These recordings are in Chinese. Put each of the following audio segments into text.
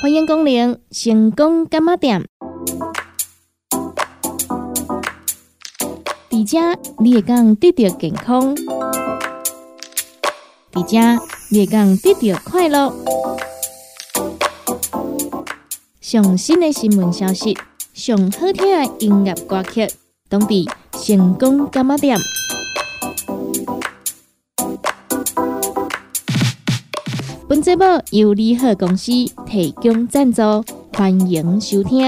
欢迎光临成功柑仔店。伫遮你会讲得到健康，伫遮你会讲得到快乐。上新的新闻消息，上好听的音乐歌曲，拢伫成功柑仔店。本节目由利好公司提供赞助，欢迎收听。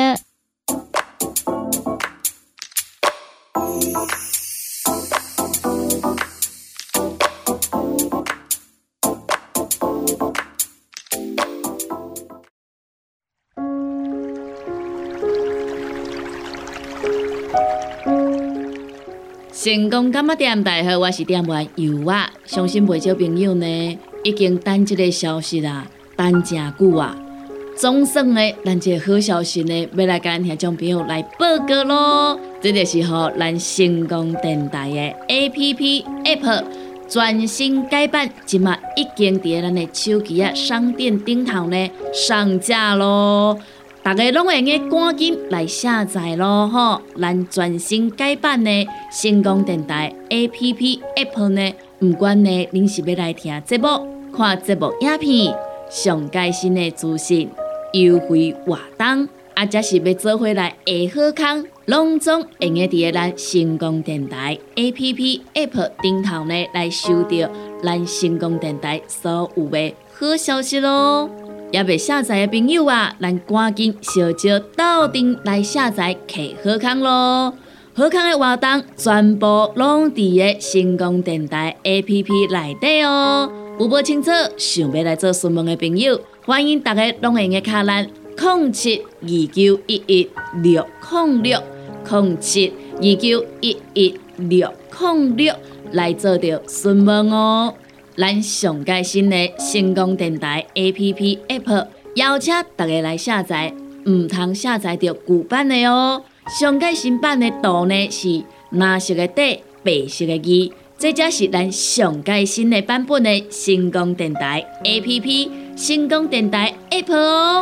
成功柑仔店，大家好，我是店员尤啊。相信袂少朋友呢，已经等这个消息啦，等真久啊。总算呢，咱这个好消息呢，要来跟咱听众朋友来报告咯。这就是吼，咱成功电台的 App 全新改版，即马已经伫咱的手机啊商店顶头呢上架咯。大家拢会用赶紧来下载咯吼！咱全新改版的成功电台 App 呢，不管呢恁是要来听节目、看节目影片、上最新的资讯、优惠活动，啊，则是要做伙来下好康，拢总会用伫咱成功电台 App 顶头呢来收到咱成功电台所有的好消息咯。也未下载的朋友啊，咱赶紧小招斗阵来下载客好康咯！好康的活动全部拢伫个成功电台 App 内底哦。有无清楚想要来做询问的朋友，欢迎大家拢会用卡咱07291160060729116006来做着询问哦。咱上最新的成功电台 App 邀请大家来下载，唔通下载到旧版的哦。上最新版的图呢是蓝色的底，白色的字，这才是咱上最新的版本的成功电台 App 成功电台 App 哦。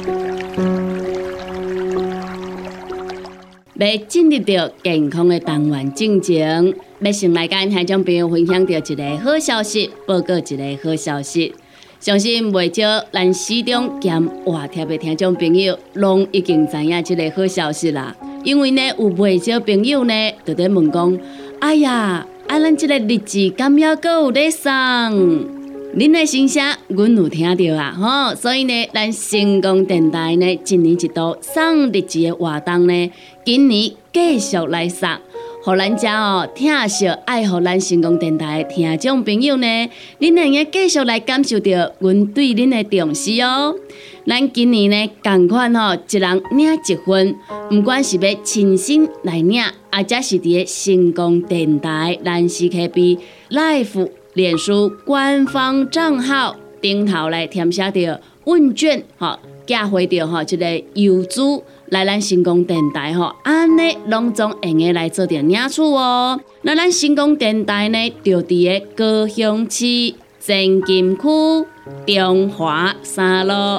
要进入到健康的单元进前，要先来跟听众朋友分享到一个好消息，报告一个好消息。相信袂少咱市中兼外贴的听众朋友，拢已经知影这个好消息啦。因为呢，有袂少朋友呢，就在问讲：哎呀，咱这个日子敢要阁有咧送？恁的声声，阮有听到啊，吼！所以呢，咱成功电台呢，一年一度送日子的活动呢，今年继续来送，互咱遮哦，疼惜爱护咱成功电台的听众朋友呢，恁会用继续来感受到阮对恁的重视哦。咱今年呢，同款吼，一人领一份，不管是要亲身来领，或者是伫个成功电台咱 CKB Live 脸书官方账号顶头来填写着问卷，吼，寄回着吼这个邮资来咱成功电台吼，安尼拢总会用来做着领取哦。那咱成功电台呢，就伫个高雄市前金区中华三路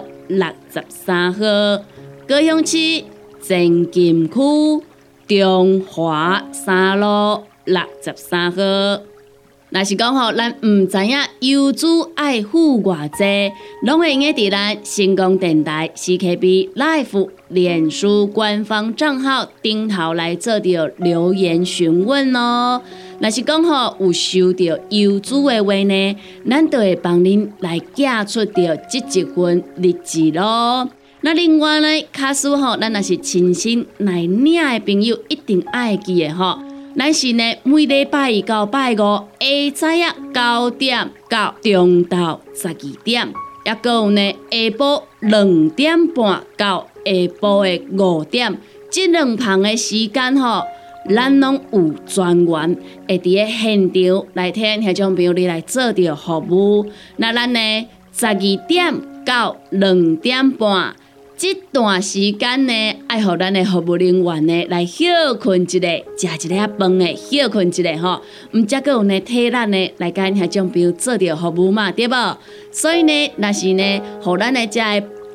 63号，高雄市前金区中华三路63号。若是讲吼，咱唔知影邮资爱付偌济，拢会用伫咱成功电台 CKB Live 脸书官方账号顶头来做着留言询问哦。若是讲吼有收到邮资的话呢，咱就会帮恁来寄出着这一份日志咯。那另外呢，假使吼，咱若是亲身来领的朋友，一定爱记的吼。咱是呢，每礼拜一到拜五下早啊9点到中昼12点，也搁有呢下晡2点半到下晡的5点，这两项的时间吼，咱拢有专员会伫个现场来替听众朋友你来做着服务。那咱呢12点到2点半。这段时间呢，爱互咱的服务人员呢来休困一下，食一下饭的休困一下吼，毋则阁有呢替咱呢来甲咱遐种朋友做着服务嘛，对无？所以呢，若是呢，互咱的遮的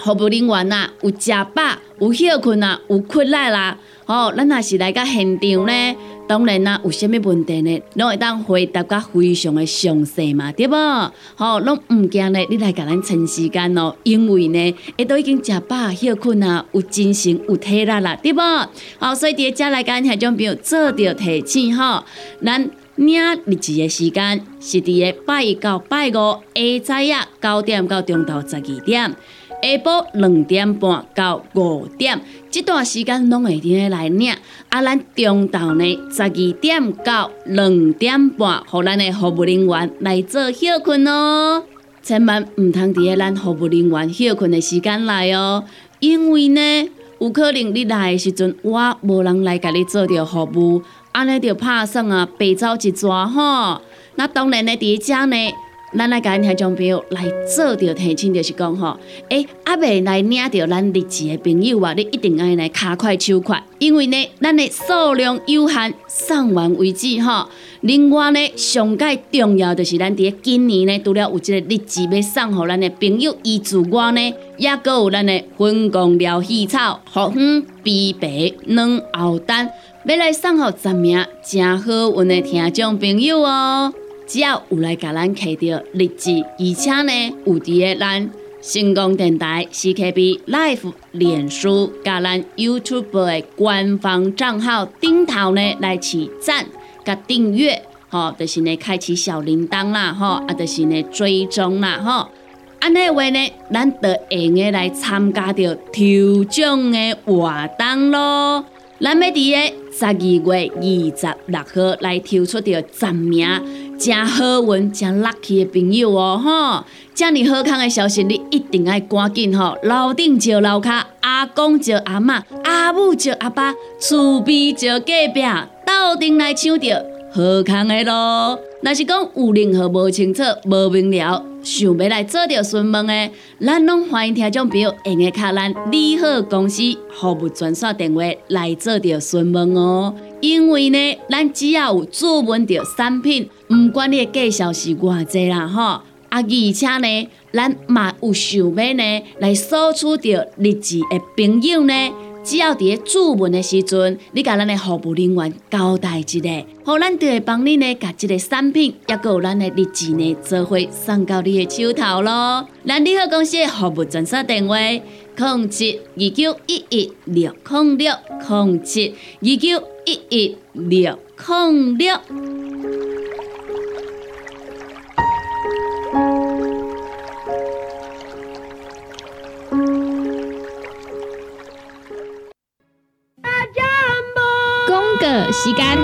服务人员啊，有食饱，有休困啊，有困力啦。咱若是来到现场呢，当然啦，有啥物问题呢，拢会当回答甲非常的详细嘛，对无？拢毋惊呢，你来甲咱趁时间哦，因为呢，都已经食饱、休困啊，有精神、有体力啦，对无？所以伫遮来甲咱听众朋友做着提醒咱领日志的时间是伫个拜一到拜五下早呀9点到中昼12点。下晡2点半到5点，这段时间拢会伫来领。咱中昼呢12点到2点半，互咱的服务人员来做休困哦。千万唔通伫咱服务人员休困的时间来哦，因为呢，有可能你来的时阵，我无人来甲你做着服务，安尼就拍算啊，白走一逝吼。那当然呢，伫遮呢。咱来甲咱听众朋友来做着提醒，就是讲未来领着咱日志的朋友啊，你一定要来骹快手快，因为呢，咱的数量有限，送完为止另外呢，上界重要就是咱伫今年呢，除了有这个日志要送互咱的朋友以之外呢，也阁有咱的粉公疗细草、荷黄、枇杷、软藕丹，要来送互10名真好运的听众朋友哦。只要有来甲咱摕到日志，而且呢有伫个咱成功电台 CKB Live 脸书甲咱 YouTube 的官方账号顶头呢来起赞甲订阅，就是呢开启小铃铛啦，就是呢追踪啦，安尼话呢，咱就会用来参加到抽奖的活动咯。咱要伫个12月26号来抽出到10名真好运、真 lucky 的朋友哦，这么好康的消息，你一定要赶紧楼顶招楼骹，阿公招阿嬷，阿母招阿爸，厝边招隔壁，斗阵来抢到好康的咯。若是讲有任何无清楚、无明了，想要来做着询问的，咱拢欢迎听众朋友用个卡咱利好公司服务专线电话来做着询问哦。因为呢，咱只要有注文着产品，唔管你的价销是偌济啦，而且呢，咱嘛有想要呢来索取着日志的朋友呢。只要伫个注文的时阵，你甲咱的服务人员交代一下，互咱就会帮你呢，甲这个产品，也有咱的日志呢，做伙送到你的手头咯。咱利好公司的服务专线电话：072911600729116006。 时间，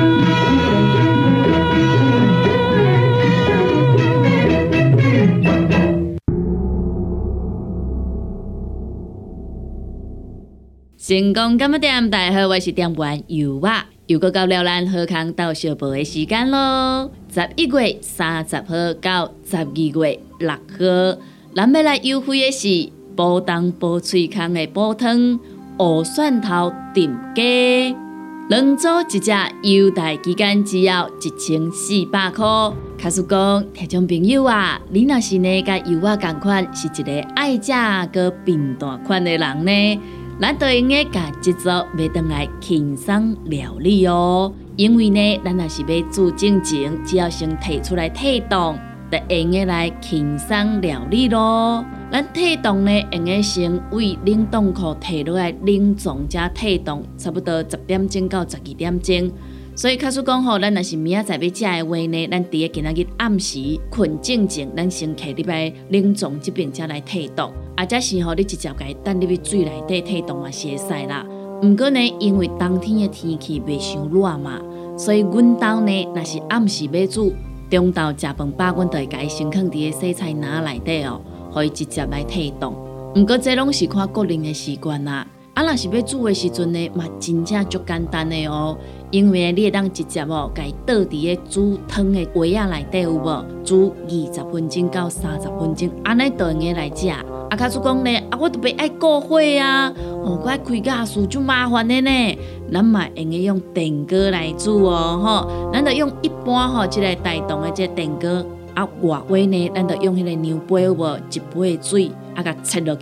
成功干么店？大家好，我是店员尤啊，又到了咱好康到小报的时间咯。11月30号到12月6号，咱要来优惠的是补东补喙空的补汤乌蒜头炖鸡。两组一只，优待期间只要1400块。卡叔讲，听众朋友啊，你若是呢，甲尤我同款，是一个爱食个平淡款的人呢，咱就应该甲这组买回来轻松料理哦。因为呢，咱若是要煮正经，只要先摕出来退冻，就用个来轻松料理咯。咱退冻呢，用个先为冷冻库摕落来冷藏加退冻，差不多10点钟到12点钟。所以，假使讲咱若是明仔载要食的话呢，咱伫个今仔日暗时困正前，咱先摕入来冷藏这边才来退冻。或者是你直接家等入去水内底退冻嘛是会使啦。毋过呢，因为冬天的天气袂伤热嘛，所以阮兜呢，若是暗时要煮，中昼食饭饱，阮就会甲伊先放伫个洗菜篮内底哦。可以直接来退冻，毋过这拢是看个人的习惯啦。若是要煮的时阵呢，嘛真正足简单的哦。因为你会当直接甲伊倒伫个煮汤的锅仔内底有无？煮20分钟到30分钟，安尼就用个来食。假使讲呢，我特别爱顾火啊，我爱开甲事就麻烦的呢。咱嘛用个用电锅来煮哦，咱就用一般这个大同的这个电锅。外围呢，咱就用迄个牛杯有无？一杯的水，甲切落去，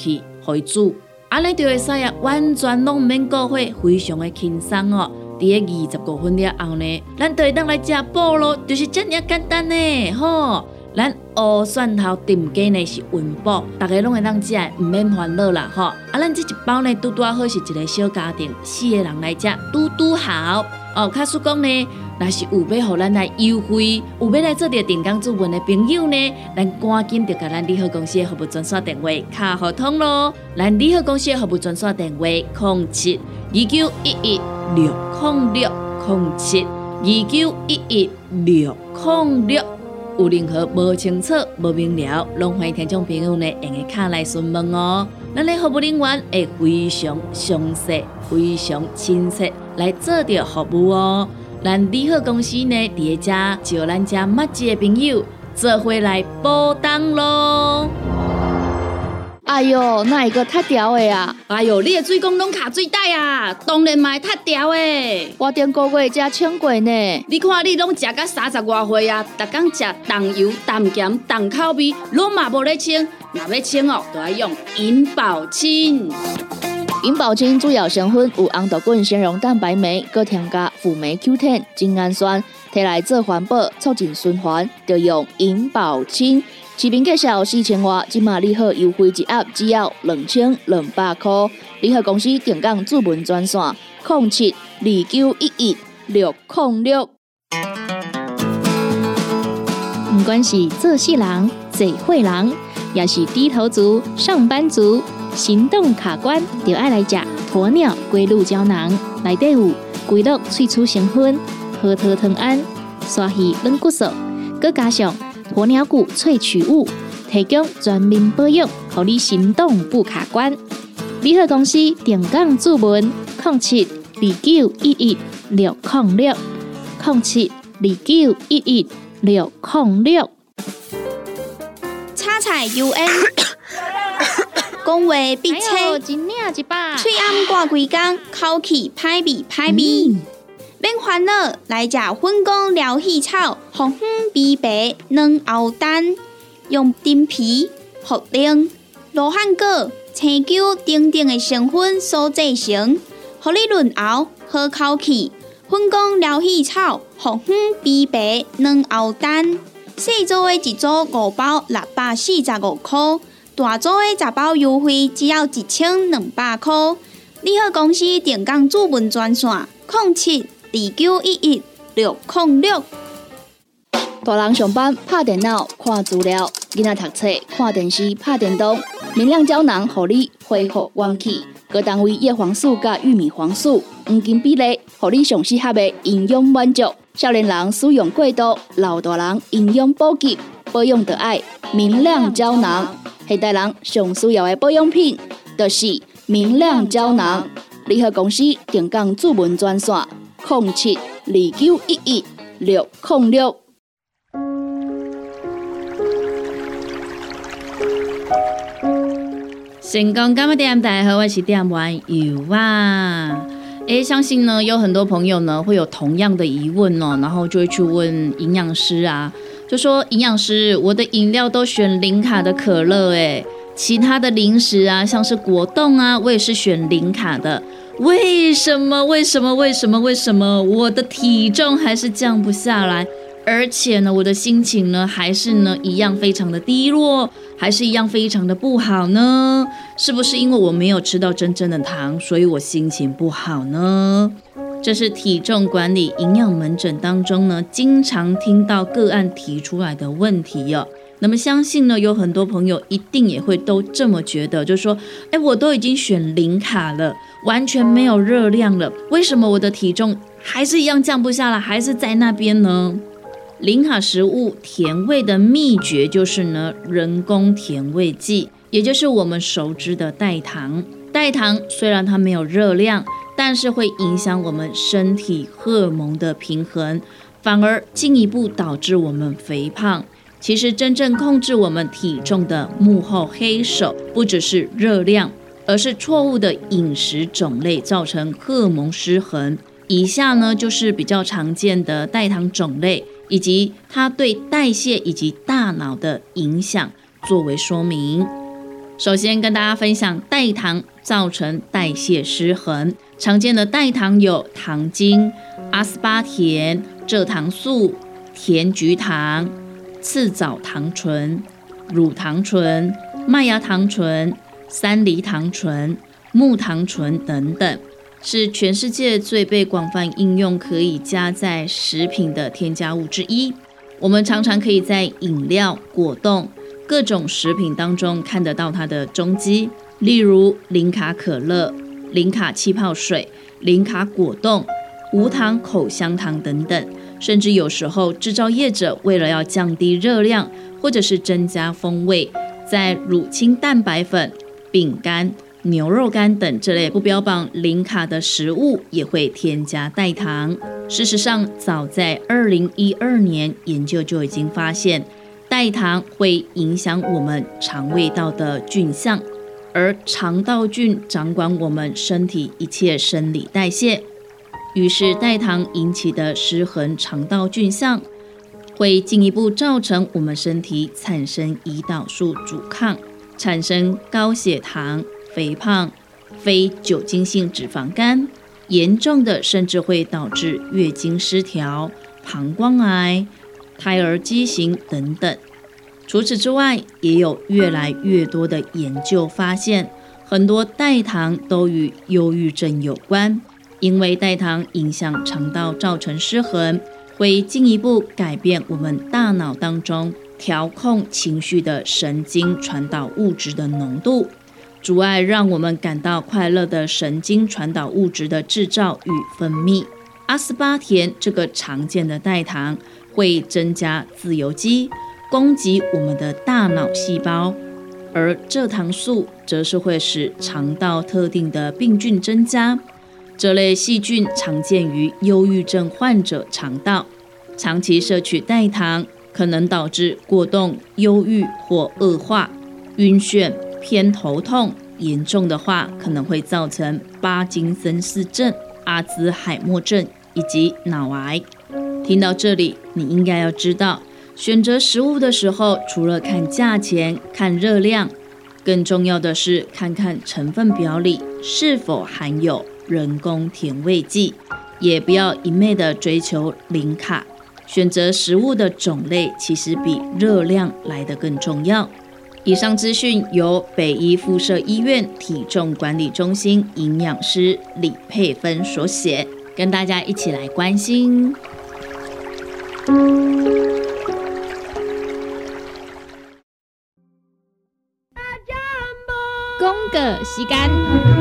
互伊煮，安尼就会使啊，完全拢毋免顾火，非常的轻松哦。伫个20多分了后呢，咱就会当来食补咯，就是这样简单呢，吼。咱乌蒜头炖鸡呢是温补，大家拢会当食，毋免烦恼啦，吼。咱这一包呢，拄好是一个小家庭4个人来食，拄好。哦，假使讲呢，若是有要互咱来优惠，有要来做着电工主文的朋友呢，咱赶紧就甲咱利好公司的服务专线电话卡互通咯。咱利好公司的服务专线电话072160060729116006。有任何无清楚、无明了，拢欢迎听众朋友呢用个卡来询问哦。咱的服务人员会非常详细、非常亲切来做着服务哦。咱利好公司呢，伫个遮招咱遮捌字的朋友做伙来报档咯。 哎哟，哪会个塌条的啊？ 哎哟，你的水管拢卡水袋啊，当然嘛会塌条的。 我顶个月才称过呢。 你看你拢食到30外岁啊，逐工食重油、重咸、重口味，拢嘛无咧清。若要清哦，就要用银保清。 银保清主要成分有红豆滚、纤溶蛋白酶，搁添加辅酶 Q10、精氨酸，摕来做环保，促进循环，就用银保清。市面价小4000外，即马利好优惠一盒只要2200块。利好公司定岗主文专线0729116006。不管是做事人、做会人，也是低头族、上班族，行动卡关，就爱来吃鸵鸟龟鹿胶囊。内底有龟鹿萃取成分，核桃藤胺、鲨鱼软骨素，搁加上鸵鸟骨萃取物，提供全面保养，让你行动不卡关。利好公司定岗主文0721160607211606。 叉菜 UN， 讲话必切，嘴暗挂规工，口气歹味。免烦恼，来食粉公疗气草，红粉枇杷软藕蛋，用陈皮、茯苓、罗汉果、青椒等等的成分所制成，互你润喉好口气。粉公疗气草，红粉枇杷软藕蛋，细组的一组5包645块，大组的10包优惠只要1200块。利好公司定岗主文专线0729116006。 大人上班拍电脑看资料，囡仔读册看电视拍电动，明亮胶囊互你恢复元气。各单位叶黄素甲玉米黄素黄金比例，互你上适合的营养满足。少年人使用过度，老大人营养补给，保养就爱明亮胶囊。现代人上需要的保养品，就是明亮胶囊。利好公司定岗主文专线0729116006。 成功干嘛店？大家好，我是店员尤啊。相信呢有很多朋友呢会有同样的疑问哦，然后就会去问营养师啊，就说营养师，我的饮料都选零卡的可乐，其他的零食啊，像是果冻啊，我也是选零卡的。为什么我的体重还是降不下来？而且呢，我的心情呢，还是呢一样非常的低落，还是一样非常的不好呢？是不是因为我没有吃到真正的糖，所以我心情不好呢？这是体重管理营养门诊当中呢，经常听到个案提出来的问题哦。那么相信呢，有很多朋友一定也会都这么觉得，就是说，我都已经选零卡了，完全没有热量了，为什么我的体重还是一样降不下来，还是在那边呢？零卡食物甜味的秘诀就是呢，人工甜味剂，也就是我们熟知的代糖。代糖虽然它没有热量，但是会影响我们身体荷尔蒙的平衡，反而进一步导致我们肥胖。其实真正控制我们体重的幕后黑手，不只是热量，而是错误的饮食种类造成荷尔蒙失衡。以下呢就是比较常见的代糖种类，以及它对代谢以及大脑的影响作为说明。 首先跟大家分享代糖造成代谢失衡，常见的代糖有糖精、阿斯巴甜、蔗糖素、甜菊糖、赤藻糖醇、乳糖醇、麦芽糖醇、三梨糖醇、木糖醇等等，是全世界最被广泛应用可以加在食品的添加物之一。我们常常可以在饮料、果冻、各种食品当中看得到它的踪迹，例如零卡可乐、零卡气泡水、零卡果冻、无糖口香糖等等。甚至有时候制造业者为了要降低热量或者是增加风味，在乳清蛋白粉、饼干、牛肉干等这类不标榜零卡的食物也会添加代糖。事实上，早在2012年，研究就已经发现代糖会影响我们肠胃道的菌相，而肠道菌掌管我们身体一切生理代谢。于是代糖引起的失衡肠道菌相，会进一步造成我们身体产生胰岛素阻抗，产生高血糖、肥胖、非酒精性脂肪肝，严重的甚至会导致月经失调、膀胱癌、胎儿畸形等等。除此之外，也有越来越多的研究发现，很多代糖都与忧郁症有关，因为代糖影响肠道造成失衡，会进一步改变我们大脑当中调控情绪的神经传导物质的浓度，阻碍让我们感到快乐的神经传导物质的制造与分泌。阿斯巴甜这个常见的代糖会增加自由基，攻击我们的大脑细胞，而蔗糖素则是会使肠道特定的病菌增加。这类细菌常见于忧郁症患者肠道，长期摄取代糖可能导致过动、忧郁或恶化、晕眩、偏头痛，严重的话可能会造成巴金森氏症、阿兹海默症以及脑癌。听到这里，你应该要知道，选择食物的时候，除了看价钱、看热量，更重要的是看看成分表里是否含有人工甜味剂，也不要一昧的追求零卡。选择食物的种类其实比热量来得更重要。以上资讯由北医附设医院体重管理中心营养师李佩芬所写，跟大家一起来关心。 公个时间。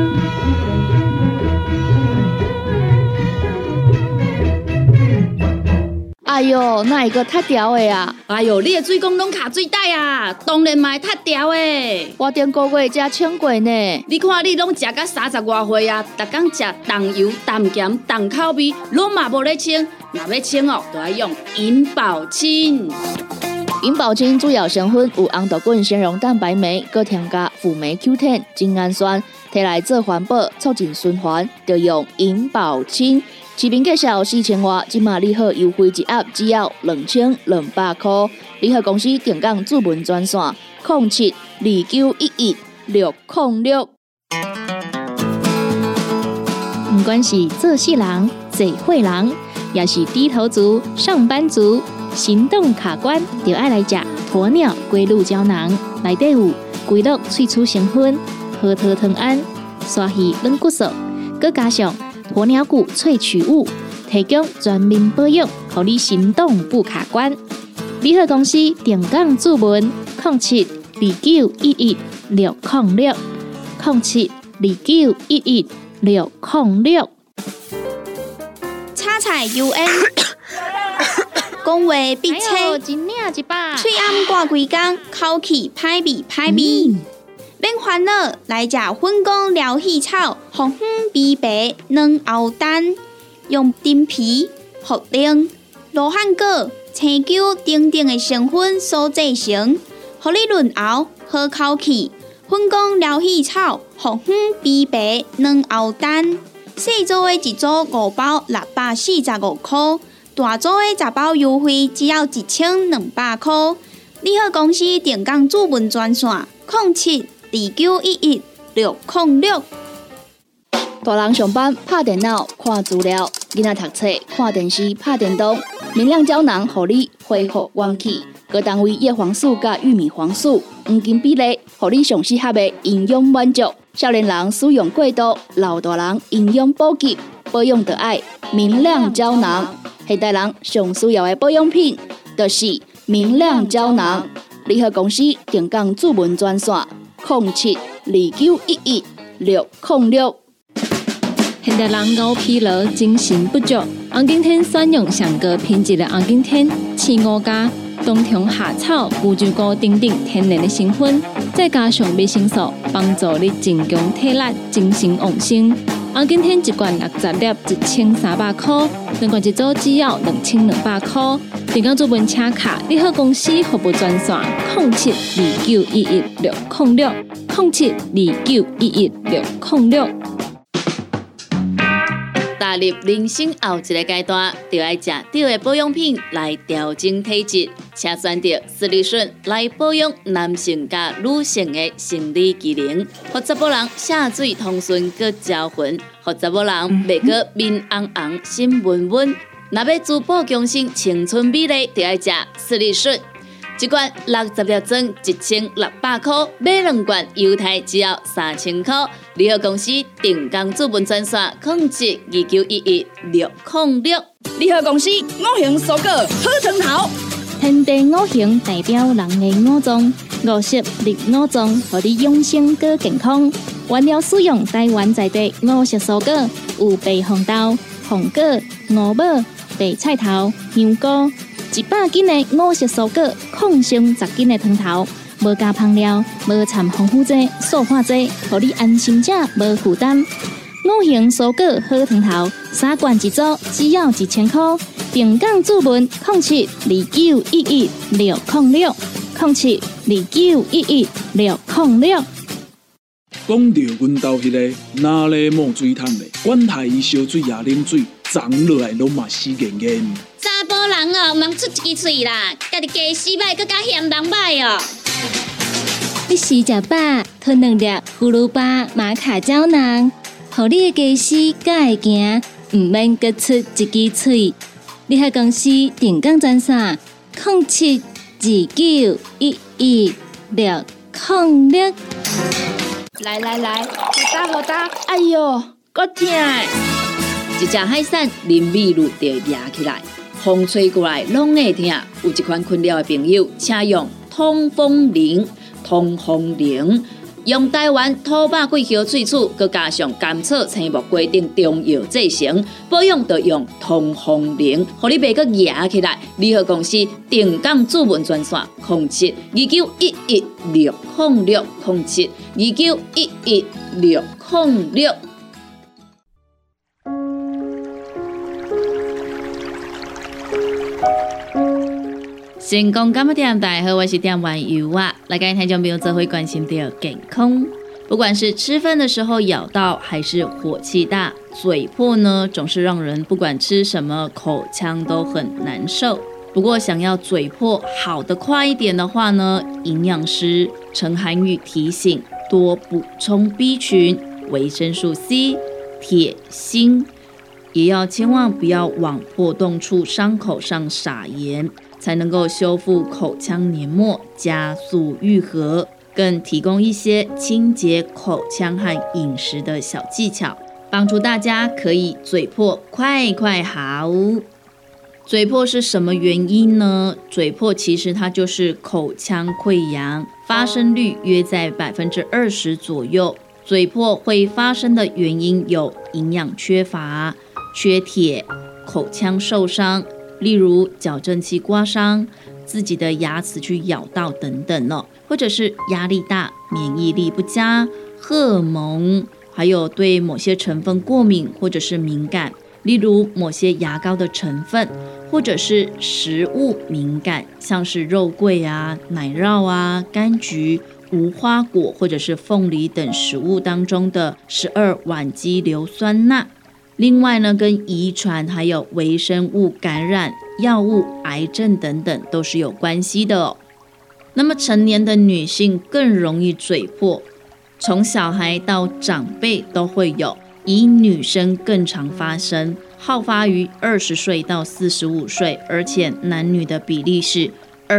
哎哟，哪一个太屌的啊！ 哎哟，你的水管拢卡水袋啊，当然嘛会太屌的。 我顶个月才称过呢。 你看你拢食到30外岁啊，逐天食重油、重咸、重口味，拢嘛无咧称。若要称哦，就要用银保清。 银保清主要成分有红豆根、纤溶蛋白酶，搁添加辅酶 Q10、精氨酸，摕来做环保，促进循环，就用银保清。市面价小4000外，今马利好优惠一盒只要2200块。利好公司定岗主文专线0729116006。 不管是做事人、做伙人，也是低头族、上班族，行动卡关，就爱来吃鸵鸟龟鹿胶囊。内底有龟鹿萃取成分，核桃藤胺、鲨鱼软骨素，搁加上鸵鸟骨萃取物，提供全面保养，让你行动不卡关。利好公司定岗主文0729116006，0729116006。 叉菜 UN， 讲话必切，嘴暗挂规工，口气歹味歹味。免烦恼，来吃粉公疗气草，红粉枇杷软藕蛋，用丁皮、茯苓、罗汉果、青椒等等的成分所制成，让你润喉好口气。粉公疗气草，红粉枇杷软藕蛋，细组的一组5包645块，大组的10包优惠只要1200块。你好公司定岗主文专线 2911-606。 大人上班拍电脑看资料，囡仔读册看电视拍电动，明亮胶囊互你恢复元气。各单位叶黄素甲玉米黄素黄金比例，互你上适合的营养满足。少年人使用过度，老大人营养补给，保养就要明亮胶囊。现代人上需要的保养品，就是明亮胶囊。联合公司定岗主文专线072911-606。 现代人熬疲劳、精神不足，红景天选用上高品质的红景天青5加。冬虫夏草、乌鸡菇等等天然的成分，再加上维生素，帮助你增强体力、精神旺盛。红景天一罐60粒，1300块；两罐一组只要2200块。订购主文请卡联合公司服务专线：072911-606，072911-606。 踏入人生后一个阶段，就要食对的保养品来调整体质，请选择斯利顺来保养男性加女性的生理机能，让查某人下水通顺佮招魂，让查某人袂佮面红红、心温温。若要珠宝强身、青春美丽，就要食斯利顺。一罐60粒装1600块，买2罐犹太只要3000块。联合公司定岗主文专线072911-606。 联合公司五行蔬果好汤头。 天地五行代表人的五脏，5色绿五脏，让你养生更健康。原料使用台湾在地5色蔬果，有白红豆、红果、五宝、白菜头、香菇。100斤的5色蔬果，抗性10斤的汤头，无加香料，无掺防腐剂、塑化剂，让你安心吃，无负担。5行蔬果好汤头，3罐一组，只要1000块。定岗主文072911-606，072911-606。 讲到阮兜迄个哪里冒水桶的，管他伊烧水也啉水，长落来拢嘛死严严。 查甫人哦，唔通出一支嘴啦，家己家洗歹，佮加嫌人歹哦。 你时食饱，吞2粒葫芦巴、玛卡胶囊，互你的家洗才会行，唔免佮出一支嘴。联合公司定岗专线：072911-606。 来，好打，哎哟，够痛！ 一只海扇淋米露就压起来，风吹过来拢会痛。有一款困扰的朋友，请用通风灵。用台湾土白桂花萃取，佮加上甘草、青木规定中药制成，保养就用通风灵，互你袂佮压起来。联合公司定岗主文专线：072911-606，072911-606。成功干么店，大家好，我是店员尤啊。来跟听众朋友做会关心到健康，不管是吃饭的时候咬到，还是火气大、嘴破呢，总是让人不管吃什么口腔都很难受。不过想要嘴破好得快一点的话呢，营养师陈涵宇提醒，多补充 B 群、维生素 C、铁、锌，也要千万不要往破洞处、伤口上撒盐。才能够修复口腔黏膜，加速愈合，更提供一些清洁口腔和饮食的小技巧，帮助大家可以嘴破快好。嘴破是什么原因呢？嘴破其实它就是口腔溃疡，发生率约在20%左右。嘴破会发生的原因有营养缺乏、缺铁、口腔受伤，例如矫正器刮伤、自己的牙齿去咬到等等哦，或者是压力大、免疫力不佳、荷尔蒙，还有对某些成分过敏或者是敏感，例如某些牙膏的成分，或者是食物敏感，像是肉桂啊、奶酪啊、柑橘、无花果或者是凤梨等食物当中的12烷基硫酸钠。另外呢，跟遗传还有微生物感染、药物、癌症等等都是有关系的哦。那么成年的女性更容易嘴破， 从小孩到长辈都会有，以女生更常发生，好发于20岁到45岁，而且男女的比例是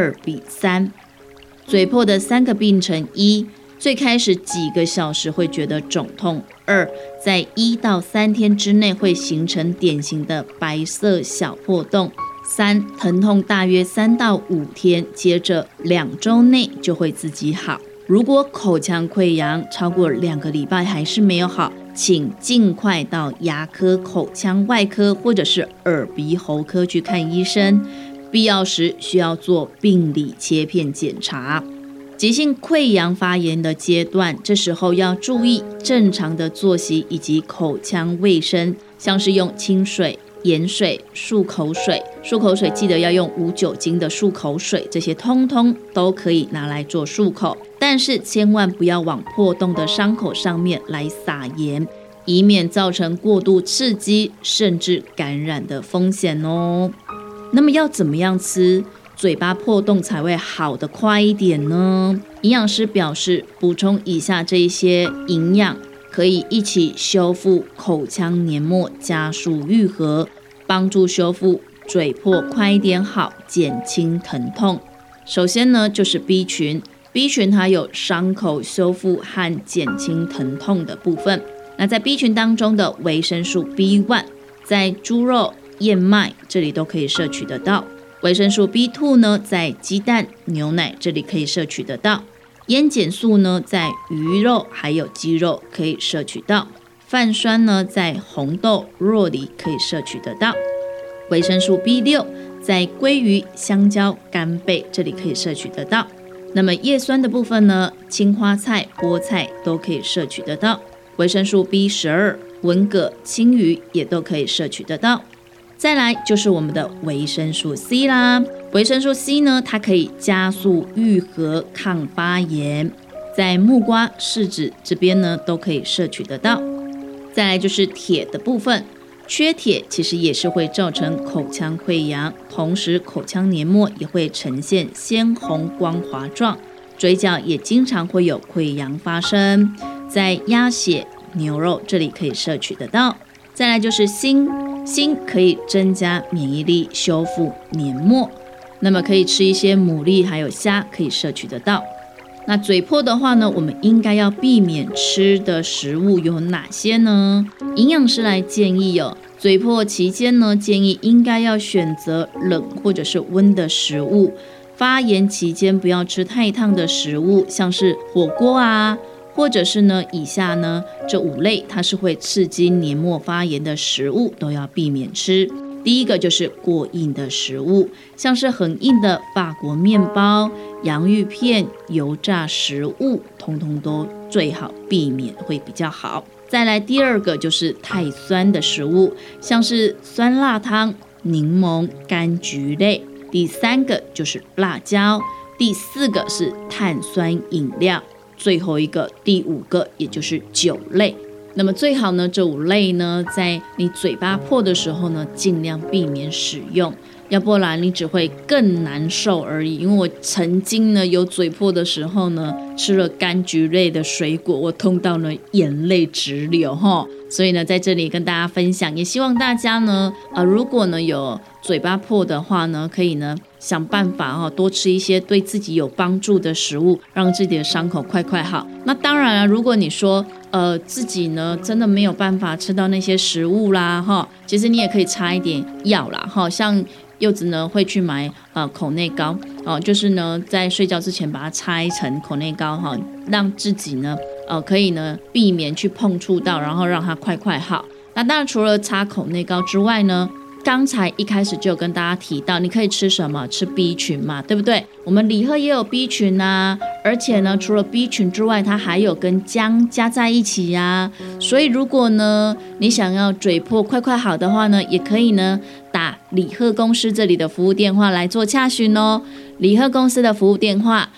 2:3。嘴破的3个病程：1、最开始几个小时会觉得肿痛；2、在1到3天之内会形成典型的白色小破洞；3、疼痛大约3到5天，接着2周内就会自己好。如果口腔溃疡超过2个礼拜还是没有好，请尽快到牙科、口腔外科或者是耳鼻喉科去看医生，必要时需要做病理切片检查。急性溃疡发炎的阶段，这时候要注意正常的作息以及口腔卫生，像是用清水、盐水、漱口水，漱口水记得要用无酒精的漱口水，这些通通都可以拿来做漱口，但是千万不要往破洞的伤口上面来撒盐，以免造成过度刺激甚至感染的风险哦。那么要怎么样吃嘴巴破洞才会好得快一点呢？营养师表示，补充以下这一些营养可以一起修复口腔黏膜，加速愈合，帮助修复嘴破快一点好，减轻疼痛。首先呢，就是 B 群。B 群它有伤口修复和减轻疼痛的部分。那在 B 群当中的维生素 B1， 在猪肉、燕麦这里都可以摄取得到。维生素 B2 呢，在鸡蛋、牛奶这里可以摄取得到。烟碱素呢，在鱼肉还有鸡肉可以摄取到。泛酸呢，在红豆、酪梨可以摄取得到。维生素 B6 在鲑鱼、香蕉、干贝这里可以摄取得到。那么叶酸的部分呢，青花菜、菠菜都可以摄取得到。维生素 B12、文蛤、青鱼也都可以摄取得到。再来就是我们的维生素 C 啦。维生素 C 呢，它可以加速愈合、抗发炎，在木瓜、柿子这边呢都可以摄取得到。再来就是铁的部分，缺铁其实也是会造成口腔溃疡，同时口腔黏膜也会呈现鲜红光滑状，嘴角也经常会有溃疡发生。在鸭血、牛肉这里可以摄取得到。再来就是锌，锌可以增加免疫力，修复黏膜。那么可以吃一些牡蛎还有虾，可以摄取得到。那嘴破的话呢，我们应该要避免吃的食物有哪些呢？营养师来建议嘴破期间呢，建议应该要选择冷或者是温的食物。发炎期间不要吃太烫的食物，像是火锅啊，或者是呢以下呢这5类它是会刺激黏膜发炎的食物都要避免吃。第一个就是过硬的食物，像是很硬的法国面包、洋芋片、油炸食物，通通都最好避免会比较好。再来第二个就是太酸的食物，像是酸辣汤、柠檬、柑橘类。第3个就是辣椒，第4个是碳酸饮料，最后一个第5个也就是酒类。那么最好呢，这5类呢，在你嘴巴破的时候呢，尽量避免使用，要不然你只会更难受而已。因为我曾经呢有嘴破的时候呢，吃了柑橘类的水果，我痛到呢眼泪直流哈。所以呢，在这里跟大家分享，也希望大家呢，如果呢有嘴巴破的话呢，可以呢想办法多吃一些对自己有帮助的食物，让自己的伤口快快好。那当然了，如果你说自己呢真的没有办法吃到那些食物啦哈，其实你也可以擦一点药啦哈，像柚子呢会去买口内膏就是呢在睡觉之前把它擦一层口内膏哈，让自己呢可以呢避免去碰触到，然后让它快快好。那当然除了擦口内膏之外呢，刚才一开始就有跟大家提到，你可以吃什么？吃 B 群嘛，对不对？我们李贺也有 B 群啊，而且呢，除了 B 群之外，它还有跟姜加在一起啊。所以如果呢，你想要嘴破快快好的话呢，也可以呢打李贺公司这里的服务电话来做洽询哦。李贺公司的服务电话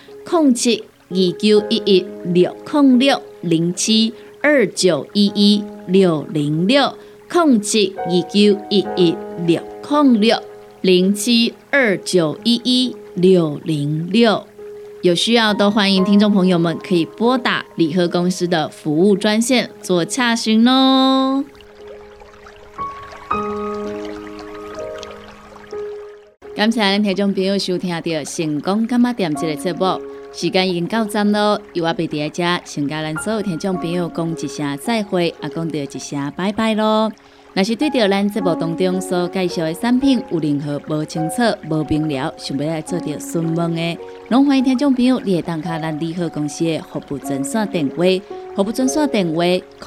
072911060729116006。07291160060729116006。 有需要都欢迎听众朋友们可以拨打礼贺公司的服务专线做洽询咯。感谢咱听众朋友收听到成功干妈店这个节目，时间已经到站咯，由我贝伫在这，先甲咱所有听众朋友讲一声再会，也讲到一声拜拜咯。若是对着咱节目当中所介绍的产品有任何无清楚、无明了，想要来做着询问的，拢欢迎听众朋友你会打卡咱礼贺公司的服务专线电话，服务专线电话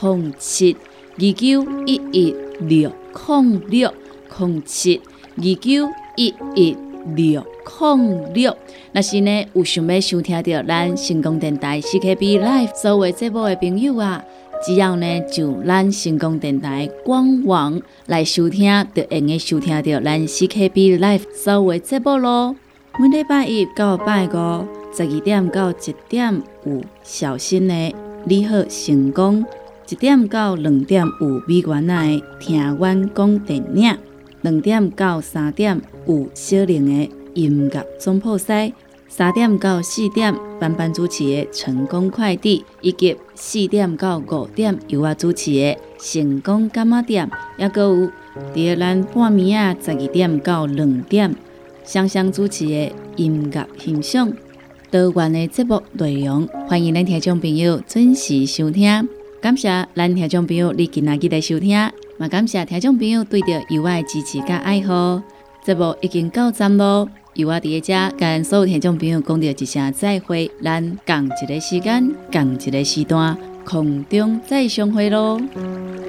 07-211-0607-2911606。若是呢有想要收听到咱成功电台 CKB Live 所有节目的朋友啊，只要呢就咱成功电台官网来收听，就会用收听到咱 CKB Live 所有节目咯。每礼拜一到拜五12点到1点有小新的你好成功，1点到2点有美元的听阮讲电影，2点到3点有小玲的音乐总铺西，3点到4点班班主持的成功快递，以及4点到5点由我主持的成功干妈店，也阁有伫咱半暝啊12点到2点双双主持的音乐欣赏。多元的节目内容，欢迎咱听众朋友准时收听。感谢咱听众朋友你今仔日来收听，嘛感谢听众朋友对着由我的支持甲爱护。节目已经到站咯，由我伫在这跟所有听众朋友讲着一声再会，咱共一个时间，共一个时段，空中再相会咯。